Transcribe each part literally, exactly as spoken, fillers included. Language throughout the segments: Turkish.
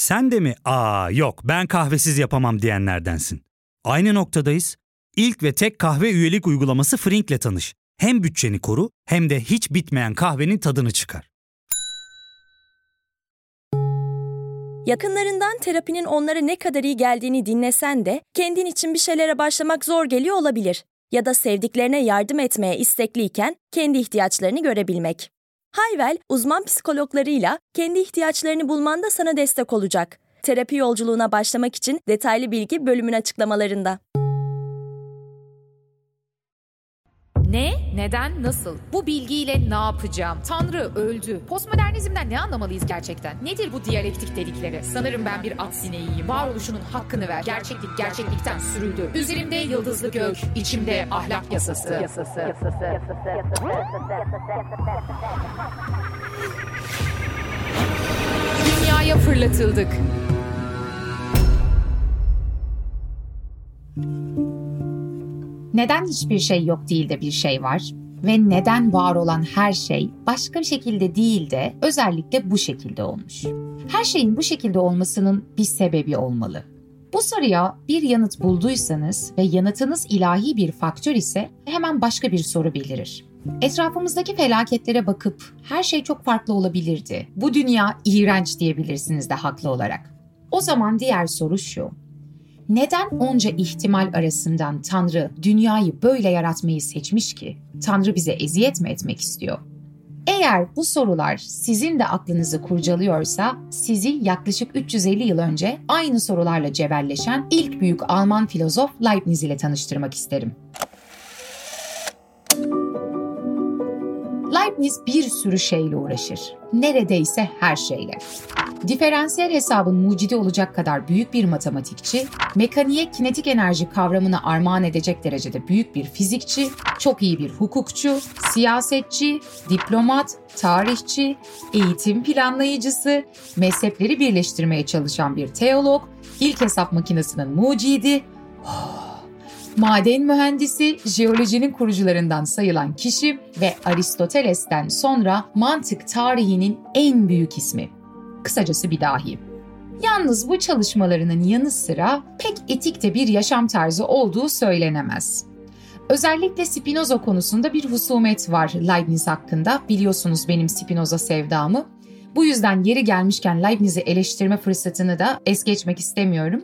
Sen de mi aa yok ben kahvesiz yapamam diyenlerdensin? Aynı noktadayız. İlk ve tek kahve üyelik uygulaması Frink'le tanış. Hem bütçeni koru hem de hiç bitmeyen kahvenin tadını çıkar. Yakınlarından terapinin onlara ne kadar iyi geldiğini dinlesen de kendin için bir şeylere başlamak zor geliyor olabilir. Ya da sevdiklerine yardım etmeye istekliyken kendi ihtiyaçlarını görebilmek. Hayvel, uzman psikologlarıyla kendi ihtiyaçlarını bulmanda sana destek olacak. Terapi yolculuğuna başlamak için detaylı bilgi bölümün açıklamalarında. Ne? Neden? Nasıl? Bu bilgiyle ne yapacağım? Tanrı öldü. Postmodernizmden ne anlamalıyız gerçekten? Nedir bu diyalektik dedikleri? Sanırım ben bir at sineğiyim. Varoluşunun hakkını ver. Gerçeklik gerçeklikten sürüldü. Üzerimde yıldızlı gök, içimde ahlak yasası. Yasası. Yasası. Dünyaya fırlatıldık. Neden hiçbir şey yok değil de bir şey var ve neden var olan her şey başka bir şekilde değil de özellikle bu şekilde olmuş? Her şeyin bu şekilde olmasının bir sebebi olmalı. Bu soruya bir yanıt bulduysanız ve yanıtınız ilahi bir faktör ise hemen başka bir soru belirir. Etrafımızdaki felaketlere bakıp her şey çok farklı olabilirdi. Bu dünya iğrenç diyebilirsiniz de haklı olarak. O zaman diğer soru şu: neden onca ihtimal arasından Tanrı dünyayı böyle yaratmayı seçmiş ki? Tanrı bize eziyet mi etmek istiyor? Eğer bu sorular sizin de aklınızı kurcalıyorsa, sizi yaklaşık üç yüz elli yıl önce aynı sorularla cebelleşen ilk büyük Alman filozof Leibniz ile tanıştırmak isterim. Leibniz bir sürü şeyle uğraşır. Neredeyse her şeyle. Diferansiyel hesabın mucidi olacak kadar büyük bir matematikçi, mekaniğe kinetik enerji kavramını armağan edecek derecede büyük bir fizikçi, çok iyi bir hukukçu, siyasetçi, diplomat, tarihçi, eğitim planlayıcısı, mezhepleri birleştirmeye çalışan bir teolog, ilk hesap makinesinin mucidi, maden mühendisi, jeolojinin kurucularından sayılan kişi ve Aristoteles'ten sonra mantık tarihinin en büyük ismi. Kısacası bir dahi. Yalnız bu çalışmalarının yanı sıra pek etikte bir yaşam tarzı olduğu söylenemez. Özellikle Spinoza konusunda bir husumet var Leibniz hakkında. Biliyorsunuz benim Spinoza sevdamı. Bu yüzden yeri gelmişken Leibniz'i eleştirme fırsatını da es geçmek istemiyorum.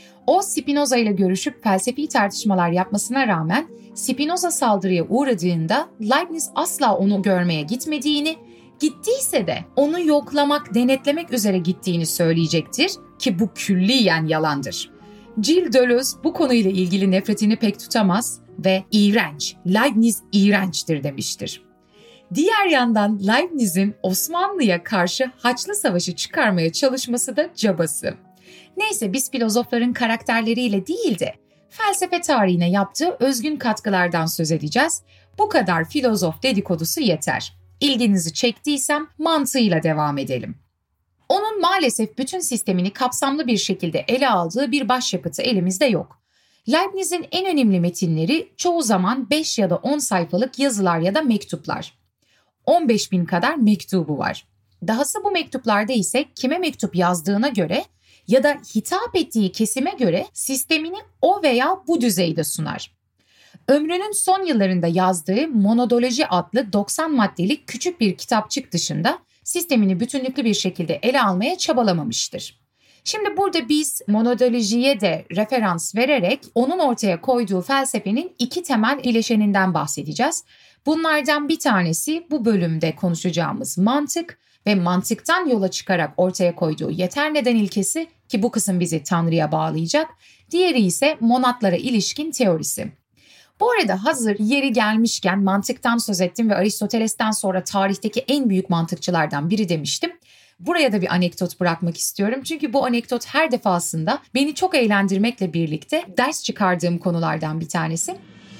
O Spinoza ile görüşüp felsefi tartışmalar yapmasına rağmen Spinoza saldırıya uğradığında Leibniz asla onu görmeye gitmediğini, gittiyse de onu yoklamak, denetlemek üzere gittiğini söyleyecektir ki bu külliyen yalandır. Gilles Deleuze bu konuyla ilgili nefretini pek tutamaz ve iğrenç, Leibniz iğrençtir demiştir. Diğer yandan Leibniz'in Osmanlı'ya karşı Haçlı Savaşı çıkarmaya çalışması da cabası. Neyse biz filozofların karakterleriyle değil de felsefe tarihine yaptığı özgün katkılardan söz edeceğiz. Bu kadar filozof dedikodusu yeter. İlginizi çektiysem mantığıyla devam edelim. Onun maalesef bütün sistemini kapsamlı bir şekilde ele aldığı bir başyapıtı elimizde yok. Leibniz'in en önemli metinleri çoğu zaman beş ya da on sayfalık yazılar ya da mektuplar. on beş bin kadar mektubu var. Dahası bu mektuplarda ise kime mektup yazdığına göre ya da hitap ettiği kesime göre sistemini o veya bu düzeyde sunar. Ömrünün son yıllarında yazdığı Monodoloji adlı doksan maddelik küçük bir kitapçık dışında sistemini bütünlüklü bir şekilde ele almaya çabalamamıştır. Şimdi burada biz monodolojiye de referans vererek onun ortaya koyduğu felsefenin iki temel bileşeninden bahsedeceğiz. Bunlardan bir tanesi bu bölümde konuşacağımız mantık ve mantıktan yola çıkarak ortaya koyduğu yeter neden ilkesi ki bu kısım bizi Tanrı'ya bağlayacak. Diğeri ise monadlara ilişkin teorisi. Bu arada hazır yeri gelmişken mantıktan söz ettim ve Aristoteles'ten sonra tarihteki en büyük mantıkçılardan biri demiştim. Buraya da bir anekdot bırakmak istiyorum çünkü bu anekdot her defasında beni çok eğlendirmekle birlikte ders çıkardığım konulardan bir tanesi.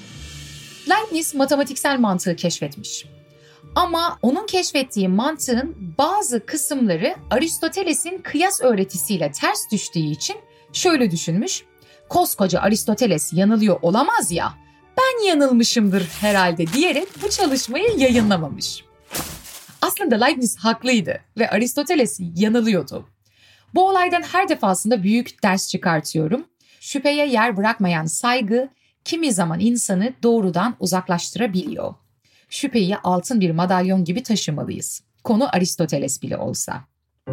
Leibniz matematiksel mantığı keşfetmiş. Ama onun keşfettiği mantığın bazı kısımları Aristoteles'in kıyas öğretisiyle ters düştüğü için şöyle düşünmüş. Koskoca Aristoteles yanılıyor olamaz ya, ben yanılmışımdır herhalde diyerek bu çalışmayı yayınlamamış. Aslında Leibniz haklıydı ve Aristoteles yanılıyordu. Bu olaydan her defasında büyük ders çıkartıyorum. Şüpheye yer bırakmayan saygı kimi zaman insanı doğrudan uzaklaştırabiliyor. Şüpheyi altın bir madalyon gibi taşımalıyız. Konu Aristoteles bile olsa.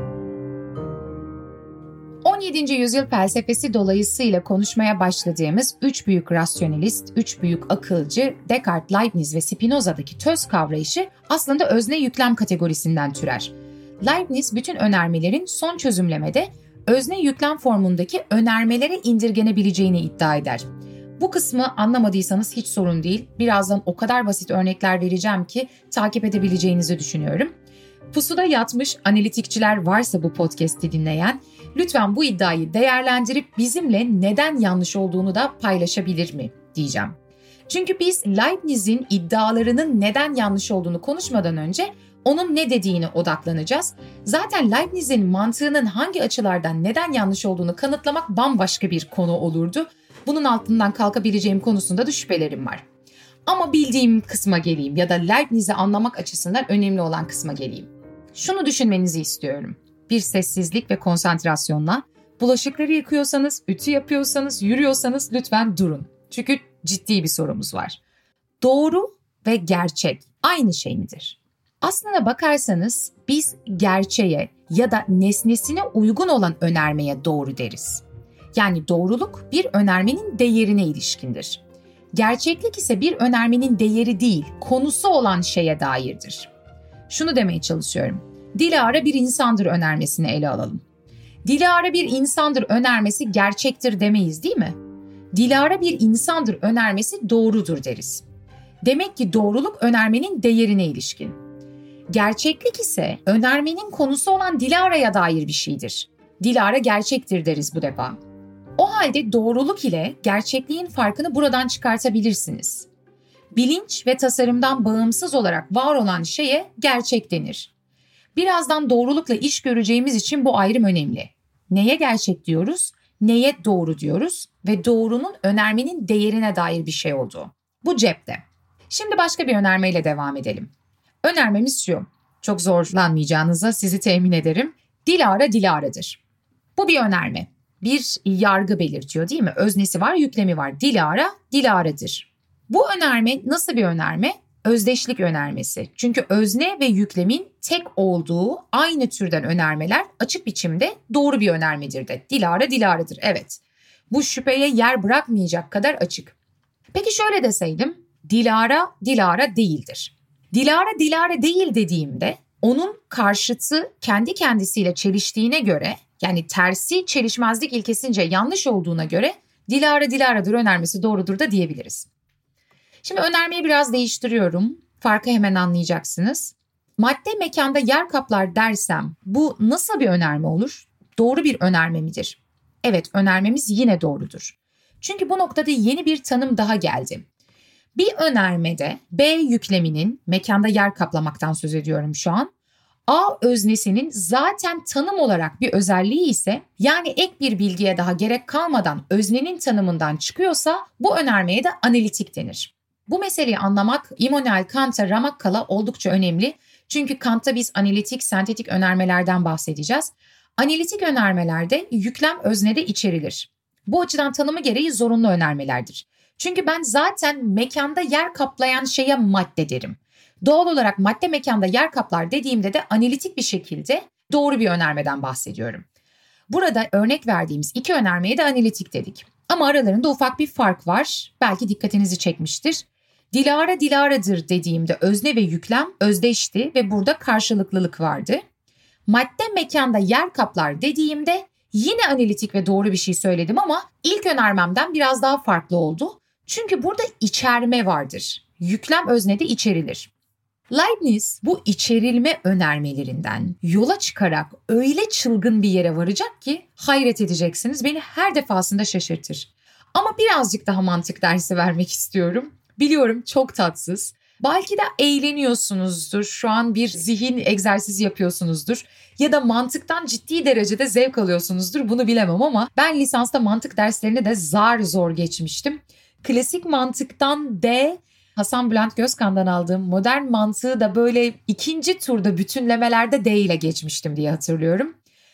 on yedinci yüzyıl felsefesi dolayısıyla konuşmaya başladığımız üç büyük rasyonelist, üç büyük akılcı, Descartes, Leibniz ve Spinoza'daki töz kavrayışı aslında özne yüklem kategorisinden türer. Leibniz bütün önermelerin son çözümlemede özne yüklem formundaki önermelere indirgenebileceğini iddia eder. Bu kısmı anlamadıysanız hiç sorun değil. Birazdan o kadar basit örnekler vereceğim ki takip edebileceğinizi düşünüyorum. Pusuda yatmış analitikçiler varsa bu podcast'i dinleyen, lütfen bu iddiayı değerlendirip bizimle neden yanlış olduğunu da paylaşabilir mi diyeceğim. Çünkü biz Leibniz'in iddialarının neden yanlış olduğunu konuşmadan önce onun ne dediğine odaklanacağız. Zaten Leibniz'in mantığının hangi açılardan neden yanlış olduğunu kanıtlamak bambaşka bir konu olurdu. Bunun altından kalkabileceğim konusunda da şüphelerim var. Ama bildiğim kısma geleyim ya da Leibniz'i anlamak açısından önemli olan kısma geleyim. Şunu düşünmenizi istiyorum. Bir sessizlik ve konsantrasyonla bulaşıkları yıkıyorsanız, ütü yapıyorsanız, yürüyorsanız lütfen durun. Çünkü ciddi bir sorumuz var. Doğru ve gerçek aynı şey midir? Aslına bakarsanız biz gerçeğe ya da nesnesine uygun olan önermeye doğru deriz. Yani doğruluk bir önermenin değerine ilişkindir. Gerçeklik ise bir önermenin değeri değil, konusu olan şeye dairdir. Şunu demeye çalışıyorum. Dilara bir insandır önermesini ele alalım. Dilara bir insandır önermesi gerçektir demeyiz değil mi? Dilara bir insandır önermesi doğrudur deriz. Demek ki doğruluk önermenin değerine ilişkin. Gerçeklik ise önermenin konusu olan Dilara'ya dair bir şeydir. Dilara gerçektir deriz bu defa. O halde doğruluk ile gerçekliğin farkını buradan çıkartabilirsiniz. Bilinç ve tasarımdan bağımsız olarak var olan şeye gerçek denir. Birazdan doğrulukla iş göreceğimiz için bu ayrım önemli. Neye gerçek diyoruz, neye doğru diyoruz ve doğrunun önermenin değerine dair bir şey olduğu. Bu cepte. Şimdi başka bir önermeyle devam edelim. Önermemiz şu, çok zorlanmayacağınıza sizi temin ederim. Dilara Dilara'dır. Bu bir önerme. Bir yargı belirtiyor değil mi? Öznesi var, yüklemi var. Dilara, Dilara'dır. Bu önerme nasıl bir önerme? Özdeşlik önermesi. Çünkü özne ve yüklemin tek olduğu aynı türden önermeler açık biçimde doğru bir önermedir de. Dilara, Dilara'dır. Evet. Bu şüpheye yer bırakmayacak kadar açık. Peki şöyle deseydim, Dilara, Dilara değildir. Dilara, Dilara değil dediğimde onun karşıtı kendi kendisiyle çeliştiğine göre, yani tersi çelişmezlik ilkesince yanlış olduğuna göre Dilara Dilara'dır önermesi doğrudur da diyebiliriz. Şimdi önermeyi biraz değiştiriyorum. Farkı hemen anlayacaksınız. Madde mekanda yer kaplar dersem bu nasıl bir önerme olur? Doğru bir önerme midir? Evet, önermemiz yine doğrudur. Çünkü bu noktada yeni bir tanım daha geldi. Bir önermede B yükleminin, mekanda yer kaplamaktan söz ediyorum şu an, A öznesinin zaten tanım olarak bir özelliği ise, yani ek bir bilgiye daha gerek kalmadan öznenin tanımından çıkıyorsa bu önermeye de analitik denir. Bu meseleyi anlamak Immanuel Kant'a ramak kala oldukça önemli. Çünkü Kant'ta biz analitik, sentetik önermelerden bahsedeceğiz. Analitik önermelerde yüklem öznede içerilir. Bu açıdan tanımı gereği zorunlu önermelerdir. Çünkü ben zaten mekanda yer kaplayan şeye madde derim. Doğal olarak madde mekanda yer kaplar dediğimde de analitik bir şekilde doğru bir önermeden bahsediyorum. Burada örnek verdiğimiz iki önermeye de analitik dedik. Ama aralarında ufak bir fark var. Belki dikkatinizi çekmiştir. Dilara Dilara'dır dediğimde özne ve yüklem özdeşti ve burada karşılıklılık vardı. Madde mekanda yer kaplar dediğimde yine analitik ve doğru bir şey söyledim ama ilk önermemden biraz daha farklı oldu. Çünkü burada içerme vardır. Yüklem öznede içerilir. Leibniz bu içerilme önermelerinden yola çıkarak öyle çılgın bir yere varacak ki hayret edeceksiniz. Beni her defasında şaşırtır. Ama birazcık daha mantık dersi vermek istiyorum. Biliyorum çok tatsız. Belki de eğleniyorsunuzdur. Şu an bir zihin egzersizi yapıyorsunuzdur. Ya da mantıktan ciddi derecede zevk alıyorsunuzdur. Bunu bilemem ama ben lisansta mantık derslerini de zar zor geçmiştim. Klasik mantıktan D, Hasan Bülent Gözkan'dan aldığım modern mantığı da böyle ikinci turda bütünlemelerde D ile geçmiştim diye hatırlıyorum.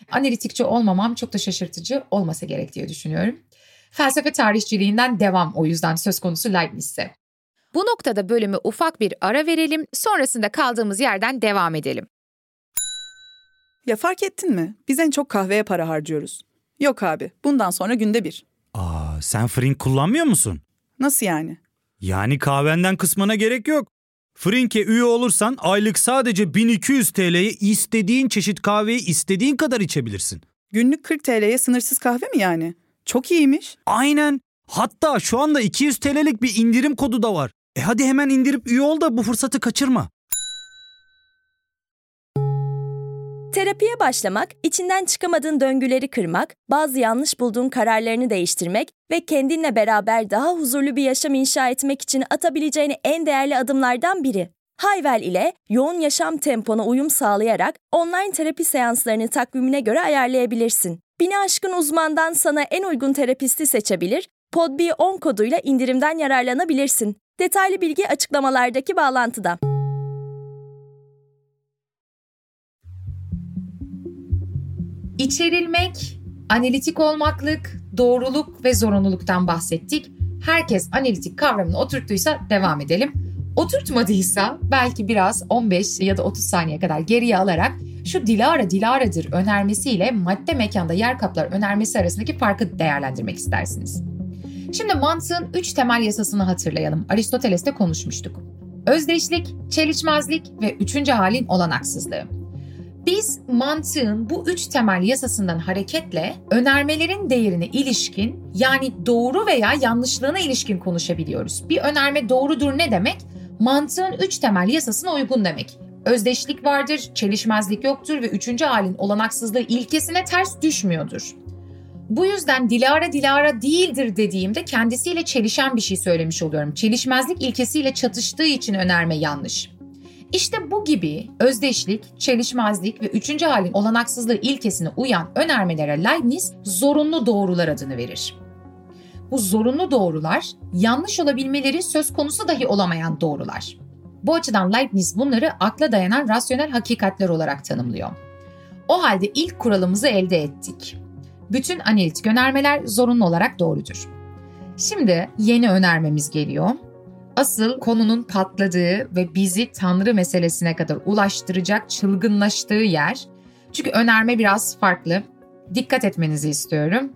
Analitikçi olmamam çok da şaşırtıcı olmasa gerek diye düşünüyorum. Felsefe tarihçiliğinden devam o yüzden söz konusu Leibniz'e. Bu noktada bölümü ufak bir ara verelim, sonrasında kaldığımız yerden devam edelim. Ya fark ettin mi? Biz en çok kahveye para harcıyoruz. Yok abi, bundan sonra günde bir. Aa, sen Frink kullanmıyor musun? Nasıl yani? Yani kahvenden kısmına gerek yok. Frink'e üye olursan aylık sadece bin iki yüz T L'ye istediğin çeşit kahveyi istediğin kadar içebilirsin. Günlük kırk T L'ye sınırsız kahve mi yani? Çok iyiymiş. Aynen. Hatta şu anda iki yüz T L'lik bir indirim kodu da var. E hadi hemen indirip üye ol da bu fırsatı kaçırma. Terapiye başlamak, içinden çıkamadığın döngüleri kırmak, bazı yanlış bulduğun kararlarını değiştirmek ve kendinle beraber daha huzurlu bir yaşam inşa etmek için atabileceğin en değerli adımlardan biri. Hayvel ile yoğun yaşam tempona uyum sağlayarak online terapi seanslarını takvimine göre ayarlayabilirsin. Bini aşkın uzmandan sana en uygun terapisti seçebilir, Podb on koduyla indirimden yararlanabilirsin. Detaylı bilgi açıklamalardaki bağlantıda. İçerilmek, analitik olmaklık, doğruluk ve zorunluluktan bahsettik. Herkes analitik kavramını oturttuysa devam edelim. Oturtmadıysa belki biraz on beş ya da otuz saniye kadar geriye alarak şu Dilara Dilara'dır önermesiyle madde mekanda yer kaplar önermesi arasındaki farkı değerlendirmek istersiniz. Şimdi mantığın üç temel yasasını hatırlayalım. Aristoteles'te konuşmuştuk. Özdeşlik, çelişmezlik ve üçüncü halin olanaksızlığı. Biz mantığın bu üç temel yasasından hareketle önermelerin değerine ilişkin, yani doğru veya yanlışlığına ilişkin konuşabiliyoruz. Bir önerme doğrudur ne demek? Mantığın üç temel yasasına uygun demek. Özdeşlik vardır, çelişmezlik yoktur ve üçüncü halin olanaksızlığı ilkesine ters düşmüyordur. Bu yüzden Dilara Dilara değildir dediğimde kendisiyle çelişen bir şey söylemiş oluyorum. Çelişmezlik ilkesiyle çatıştığı için önerme yanlış. İşte bu gibi özdeşlik, çelişmezlik ve üçüncü halin olanaksızlığı ilkesine uyan önermelere Leibniz zorunlu doğrular adını verir. Bu zorunlu doğrular, yanlış olabilmeleri söz konusu dahi olamayan doğrular. Bu açıdan Leibniz bunları akla dayanan rasyonel hakikatler olarak tanımlıyor. O halde ilk kuralımızı elde ettik. Bütün analitik önermeler zorunlu olarak doğrudur. Şimdi yeni önermemiz geliyor. Asıl konunun patladığı ve bizi Tanrı meselesine kadar ulaştıracak çılgınlaştığı yer. Çünkü önerme biraz farklı. Dikkat etmenizi istiyorum.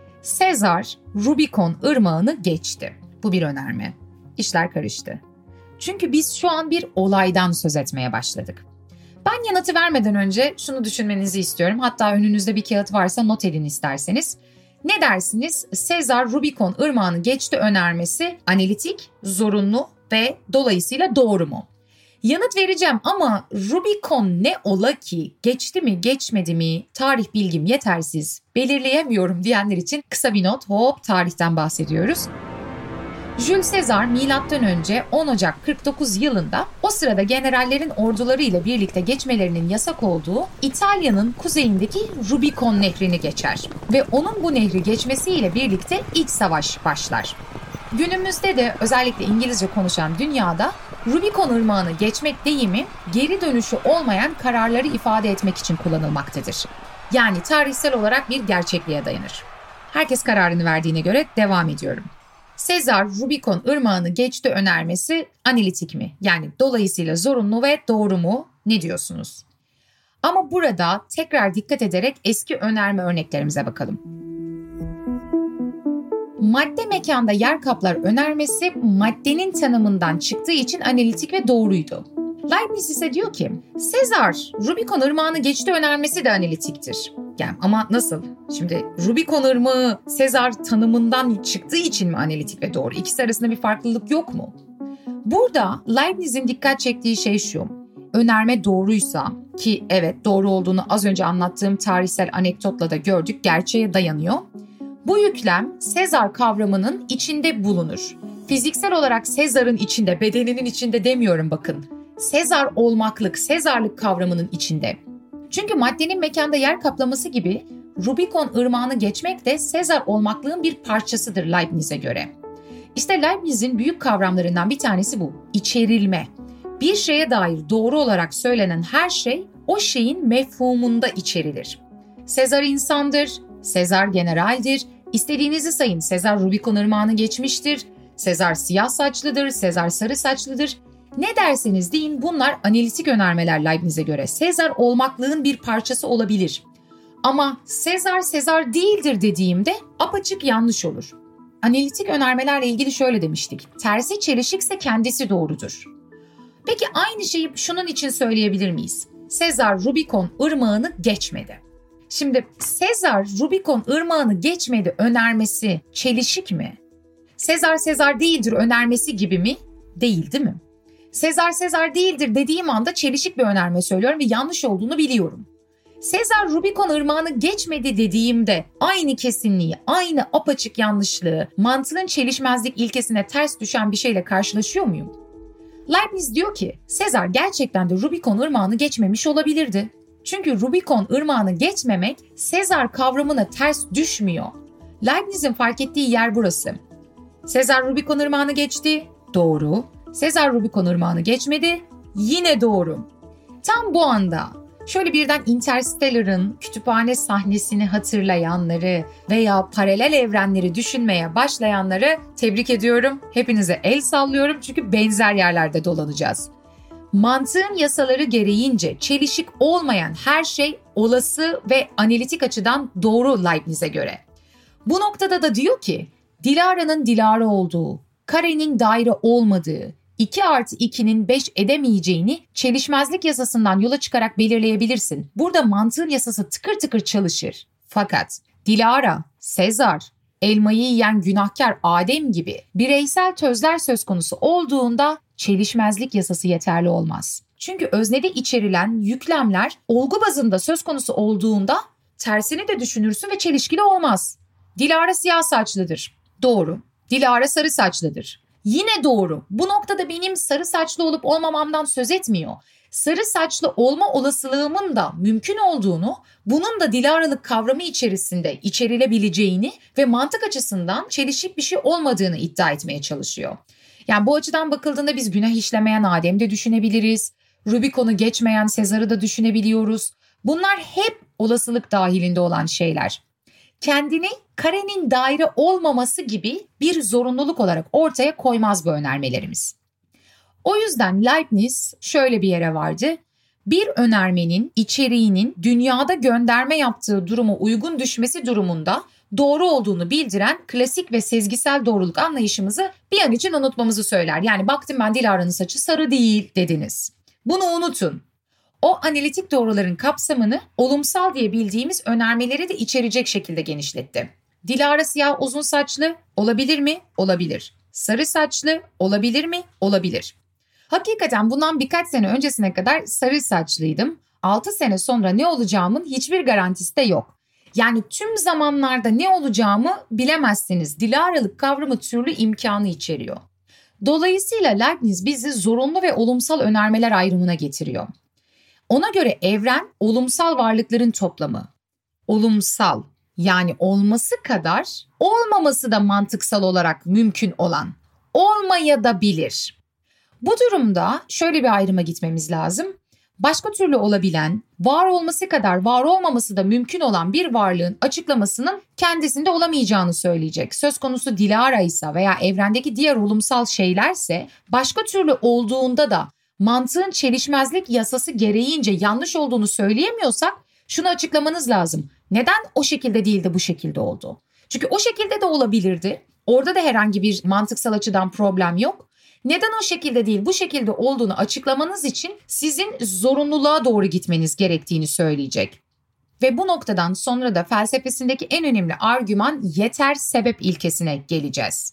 Sezar Rubikon ırmağını geçti. Bu bir önerme. İşler karıştı. Çünkü biz şu an bir olaydan söz etmeye başladık. Ben yanıtı vermeden önce şunu düşünmenizi istiyorum. Hatta önünüzde bir kağıt varsa not edin isterseniz. Ne dersiniz? Sezar Rubikon ırmağını geçti önermesi analitik, zorunlu ve dolayısıyla doğru mu? Yanıt vereceğim ama Rubikon ne ola ki, geçti mi geçmedi mi, tarih bilgim yetersiz, belirleyemiyorum diyenler için kısa bir not, hop tarihten bahsediyoruz. Jules Caesar milattan önce on Ocak kırk dokuz yılında o sırada generallerin orduları ile birlikte geçmelerinin yasak olduğu İtalya'nın kuzeyindeki Rubikon nehrini geçer ve onun bu nehri geçmesiyle birlikte iç savaş başlar. Günümüzde de özellikle İngilizce konuşan dünyada Rubikon ırmağını geçmek deyimi geri dönüşü olmayan kararları ifade etmek için kullanılmaktadır. Yani tarihsel olarak bir gerçekliğe dayanır. Herkes kararını verdiğine göre devam ediyorum. Sezar Rubikon ırmağını geçti önermesi analitik mi? Yani dolayısıyla zorunlu ve doğru mu? Ne diyorsunuz? Ama burada tekrar dikkat ederek eski önerme örneklerimize bakalım. Madde mekanda yer kaplar önermesi maddenin tanımından çıktığı için analitik ve doğruydu. Leibniz ise diyor ki, Sezar Rubikon ırmağını geçti önermesi de analitiktir. Yani ama nasıl? Şimdi Rubikon ırmağı Sezar tanımından çıktığı için mi analitik ve doğru? İkisi arasında bir farklılık yok mu? Burada Leibniz'in dikkat çektiği şey şu. Önerme doğruysa, ki evet doğru olduğunu az önce anlattığım tarihsel anekdotla da gördük, gerçeğe dayanıyor. Bu yüklem Sezar kavramının içinde bulunur. Fiziksel olarak Sezar'ın içinde, bedeninin içinde demiyorum bakın. Sezar olmaklık, Sezarlık kavramının içinde. Çünkü maddenin mekanda yer kaplaması gibi Rubikon ırmağını geçmek de Sezar olmaklığın bir parçasıdır Leibniz'e göre. İşte Leibniz'in büyük kavramlarından bir tanesi bu, içerilme. Bir şeye dair doğru olarak söylenen her şey o şeyin mefhumunda içerilir. Sezar insandır, Sezar generaldir, istediğinizi sayın. Sezar Rubikon ırmağını geçmiştir, Sezar siyah saçlıdır, Sezar sarı saçlıdır. Ne derseniz deyin, bunlar analitik önermeler Leibniz'e göre. Sezar olmaklığın bir parçası olabilir. Ama Sezar Sezar değildir dediğimde apaçık yanlış olur. Analitik önermelerle ilgili şöyle demiştik. Tersi çelişikse kendisi doğrudur. Peki aynı şeyi şunun için söyleyebilir miyiz? Sezar Rubikon ırmağını geçmedi. Şimdi Sezar Rubikon ırmağını geçmedi önermesi çelişik mi? Sezar Sezar değildir önermesi gibi mi? Değil, değil mi? Sezar Sezar değildir dediğim anda çelişik bir önerme söylüyorum ve yanlış olduğunu biliyorum. Sezar Rubikon ırmağını geçmedi dediğimde aynı kesinliği, aynı apaçık yanlışlığı, mantığın çelişmezlik ilkesine ters düşen bir şeyle karşılaşıyor muyum? Leibniz diyor ki Sezar gerçekten de Rubikon ırmağını geçmemiş olabilirdi. Çünkü Rubikon ırmağını geçmemek Sezar kavramına ters düşmüyor. Leibniz'in fark ettiği yer burası. Sezar Rubikon ırmağını geçti, doğru. Sezar Rubikon ırmağını geçmedi, yine doğru. Tam bu anda şöyle birden Interstellar'ın kütüphane sahnesini hatırlayanları veya paralel evrenleri düşünmeye başlayanları tebrik ediyorum. Hepinize el sallıyorum çünkü benzer yerlerde dolanacağız. Mantığın yasaları gereğince çelişik olmayan her şey olası ve analitik açıdan doğru Leibniz'e göre. Bu noktada da diyor ki Dilara'nın Dilara olduğu, karenin daire olmadığı, iki artı ikinin beş edemeyeceğini çelişmezlik yasasından yola çıkarak belirleyebilirsin. Burada mantığın yasası tıkır tıkır çalışır. Fakat Dilara, Sezar, elmayı yiyen günahkar Adem gibi bireysel tözler söz konusu olduğunda çelişmezlik yasası yeterli olmaz. Çünkü öznede içerilen yüklemler olgu bazında söz konusu olduğunda tersini de düşünürsün ve çelişkili olmaz. Dilara siyah saçlıdır. Doğru. Dilara sarı saçlıdır. Yine doğru. Bu noktada benim sarı saçlı olup olmamamdan söz etmiyor. Sarı saçlı olma olasılığımın da mümkün olduğunu, bunun da Dilara'lık kavramı içerisinde içerilebileceğini ve mantık açısından çelişik bir şey olmadığını iddia etmeye çalışıyor. Yani bu açıdan bakıldığında biz günah işlemeyen Adem'i de düşünebiliriz. Rubikon'u geçmeyen Sezar'ı da düşünebiliyoruz. Bunlar hep olasılık dahilinde olan şeyler. Kendini karenin daire olmaması gibi bir zorunluluk olarak ortaya koymaz bu önermelerimiz. O yüzden Leibniz şöyle bir yere vardı. Bir önermenin içeriğinin dünyada gönderme yaptığı duruma uygun düşmesi durumunda doğru olduğunu bildiren klasik ve sezgisel doğruluk anlayışımızı bir an için unutmamızı söyler. Yani baktım ben Dilara'nın saçı sarı değil dediniz. Bunu unutun. O analitik doğruların kapsamını olumsal diye bildiğimiz önermeleri de içerecek şekilde genişletti. Dilara siyah uzun saçlı olabilir mi? Olabilir. Sarı saçlı olabilir mi? Olabilir. Hakikaten bundan birkaç sene öncesine kadar sarı saçlıydım. altı sene sonra ne olacağımın hiçbir garantisi de yok. Yani tüm zamanlarda ne olacağımı bilemezsiniz. Dilara'lık kavramı türlü imkanı içeriyor. Dolayısıyla Leibniz bizi zorunlu ve olumsal önermeler ayrımına getiriyor. Ona göre evren olumsal varlıkların toplamı. Olumsal yani olması kadar olmaması da mantıksal olarak mümkün olan. Olmaya da bilir. Bu durumda şöyle bir ayrıma gitmemiz lazım. Başka türlü olabilen, var olması kadar var olmaması da mümkün olan bir varlığın açıklamasının kendisinde olamayacağını söyleyecek. Söz konusu Dilara ise veya evrendeki diğer olumsal şeylerse başka türlü olduğunda da mantığın çelişmezlik yasası gereğince yanlış olduğunu söyleyemiyorsak şunu açıklamanız lazım. Neden o şekilde değil de bu şekilde oldu? Çünkü o şekilde de olabilirdi. Orada da herhangi bir mantıksal açıdan problem yok. Neden o şekilde değil bu şekilde olduğunu açıklamanız için sizin zorunluluğa doğru gitmeniz gerektiğini söyleyecek. Ve bu noktadan sonra da felsefesindeki en önemli argüman yeter sebep ilkesine geleceğiz.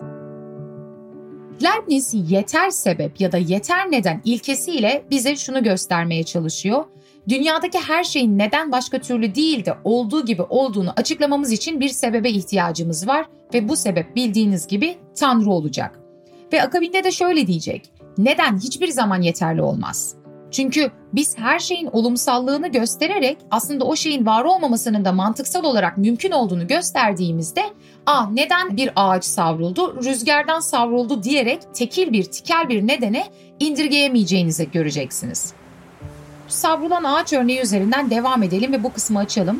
Leibniz yeter sebep ya da yeter neden ilkesiyle bize şunu göstermeye çalışıyor. Dünyadaki her şeyin neden başka türlü değil de olduğu gibi olduğunu açıklamamız için bir sebebe ihtiyacımız var ve bu sebep bildiğiniz gibi Tanrı olacak. Ve akabinde de şöyle diyecek. Neden hiçbir zaman yeterli olmaz? Çünkü biz her şeyin olumsallığını göstererek aslında o şeyin var olmamasının da mantıksal olarak mümkün olduğunu gösterdiğimizde "Aa, neden bir ağaç savruldu, rüzgardan savruldu" diyerek tekil bir, tikel bir nedene indirgeyemeyeceğinizi göreceksiniz. Savrulan ağaç örneği üzerinden devam edelim ve bu kısmı açalım.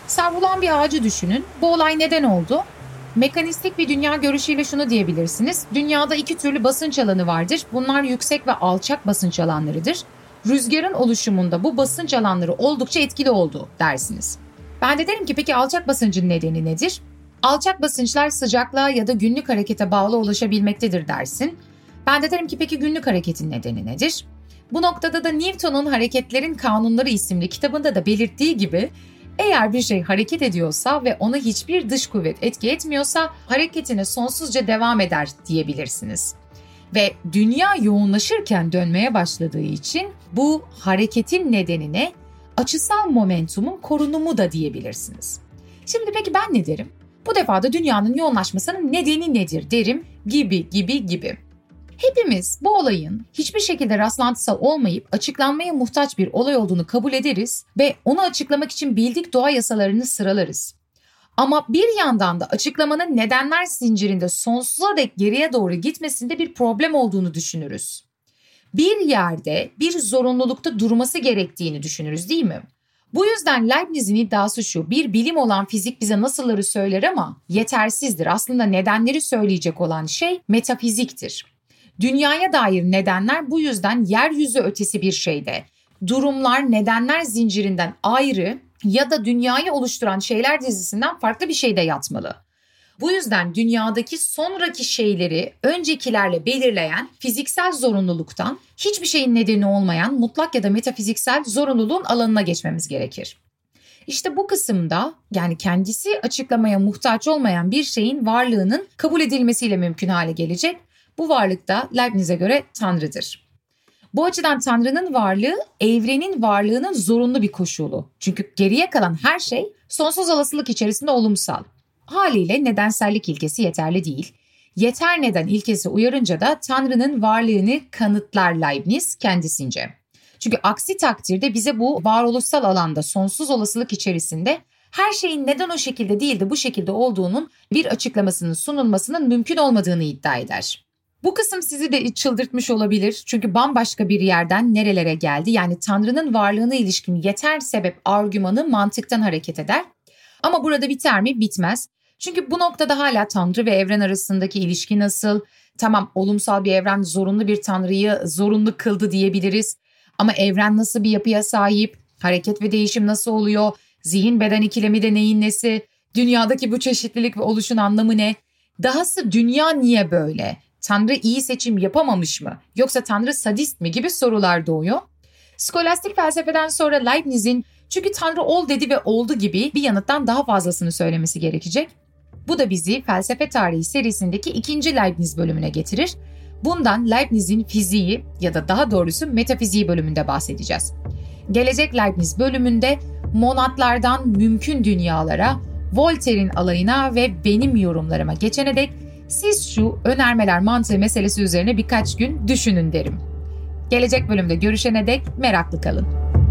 Savrulan bir ağacı düşünün. Bu olay neden oldu? Mekanistik bir dünya görüşüyle şunu diyebilirsiniz. Dünyada iki türlü basınç alanı vardır. Bunlar yüksek ve alçak basınç alanlarıdır. Rüzgarın oluşumunda bu basınç alanları oldukça etkili oldu dersiniz. Ben de derim ki peki alçak basıncın nedeni nedir? Alçak basınçlar sıcaklığa ya da günlük harekete bağlı ulaşabilmektedir dersin. Ben de derim ki peki günlük hareketin nedeni nedir? Bu noktada da Newton'un Hareketlerin Kanunları isimli kitabında da belirttiği gibi eğer bir şey hareket ediyorsa ve ona hiçbir dış kuvvet etki etmiyorsa hareketine sonsuzca devam eder diyebilirsiniz. Ve dünya yoğunlaşırken dönmeye başladığı için bu hareketin nedenine açısal momentumun korunumu da diyebilirsiniz. Şimdi peki ben ne derim? Bu defa da dünyanın yoğunlaşmasının nedeni nedir derim gibi gibi gibi. Hepimiz bu olayın hiçbir şekilde rastlantısal olmayıp açıklanmaya muhtaç bir olay olduğunu kabul ederiz ve onu açıklamak için bildik doğa yasalarını sıralarız. Ama bir yandan da açıklamanın nedenler zincirinde sonsuza dek geriye doğru gitmesinde bir problem olduğunu düşünürüz. Bir yerde bir zorunlulukta durması gerektiğini düşünürüz değil mi? Bu yüzden Leibniz'in iddiası şu, bir bilim olan fizik bize nasılları söyler ama yetersizdir. Aslında nedenleri söyleyecek olan şey metafiziktir. Dünyaya dair nedenler bu yüzden yeryüzü ötesi bir şeyde. Durumlar nedenler zincirinden ayrı ya da dünyayı oluşturan şeyler dizisinden farklı bir şeyde yatmalı. Bu yüzden dünyadaki sonraki şeyleri öncekilerle belirleyen fiziksel zorunluluktan hiçbir şeyin nedeni olmayan mutlak ya da metafiziksel zorunluluğun alanına geçmemiz gerekir. İşte bu kısımda yani kendisi açıklamaya muhtaç olmayan bir şeyin varlığının kabul edilmesiyle mümkün hale gelecek. Bu varlık da Leibniz'e göre Tanrı'dır. Bu açıdan Tanrı'nın varlığı evrenin varlığının zorunlu bir koşulu. Çünkü geriye kalan her şey sonsuz olasılık içerisinde olumsal. Haliyle nedensellik ilkesi yeterli değil. Yeter neden ilkesi uyarınca da Tanrı'nın varlığını kanıtlar Leibniz kendisince. Çünkü aksi takdirde bize bu varoluşsal alanda sonsuz olasılık içerisinde her şeyin neden o şekilde değil de bu şekilde olduğunun bir açıklamasının sunulmasının mümkün olmadığını iddia eder. Bu kısım sizi de çıldırtmış olabilir çünkü bambaşka bir yerden nerelere geldi. Yani Tanrı'nın varlığına ilişkin yeter sebep argümanı mantıktan hareket eder. Ama burada biter mi? Bitmez. Çünkü bu noktada hala Tanrı ve evren arasındaki ilişki nasıl? Tamam, olumsal bir evren zorunlu bir Tanrı'yı zorunlu kıldı diyebiliriz. Ama evren nasıl bir yapıya sahip? Hareket ve değişim nasıl oluyor? Zihin beden ikilemi de neyin nesi? Dünyadaki bu çeşitlilik ve oluşun anlamı ne? Dahası dünya niye böyle? Tanrı iyi seçim yapamamış mı? Yoksa Tanrı sadist mi gibi sorular doğuyor. Skolastik felsefeden sonra Leibniz'in çünkü Tanrı ol dedi ve oldu gibi bir yanıttan daha fazlasını söylemesi gerekecek. Bu da bizi felsefe tarihi serisindeki ikinci Leibniz bölümüne getirir. Bundan Leibniz'in fiziği ya da daha doğrusu metafiziği bölümünde bahsedeceğiz. Gelecek Leibniz bölümünde monadlardan mümkün dünyalara, Voltaire'in alayına ve benim yorumlarıma geçene dek siz şu önermeler mantığı meselesi üzerine birkaç gün düşünün derim. Gelecek bölümde görüşene dek meraklı kalın.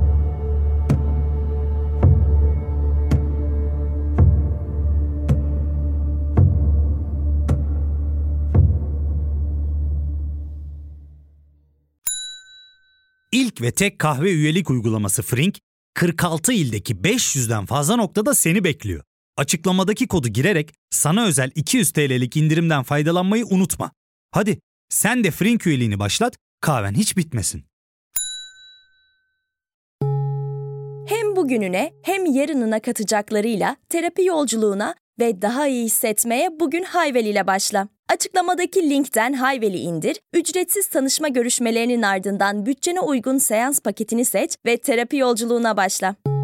İlk ve tek kahve üyelik uygulaması Frink, kırk altı ildeki beş yüzden fazla noktada seni bekliyor. Açıklamadaki kodu girerek sana özel iki yüz TL'lik indirimden faydalanmayı unutma. Hadi sen de Frink üyeliğini başlat, kahven hiç bitmesin. Hem bugününe hem yarınına katacaklarıyla terapi yolculuğuna ve daha iyi hissetmeye bugün Hayvel ile başla. Açıklamadaki linkten Hayvel'i indir, ücretsiz tanışma görüşmelerinin ardından bütçene uygun seans paketini seç ve terapi yolculuğuna başla.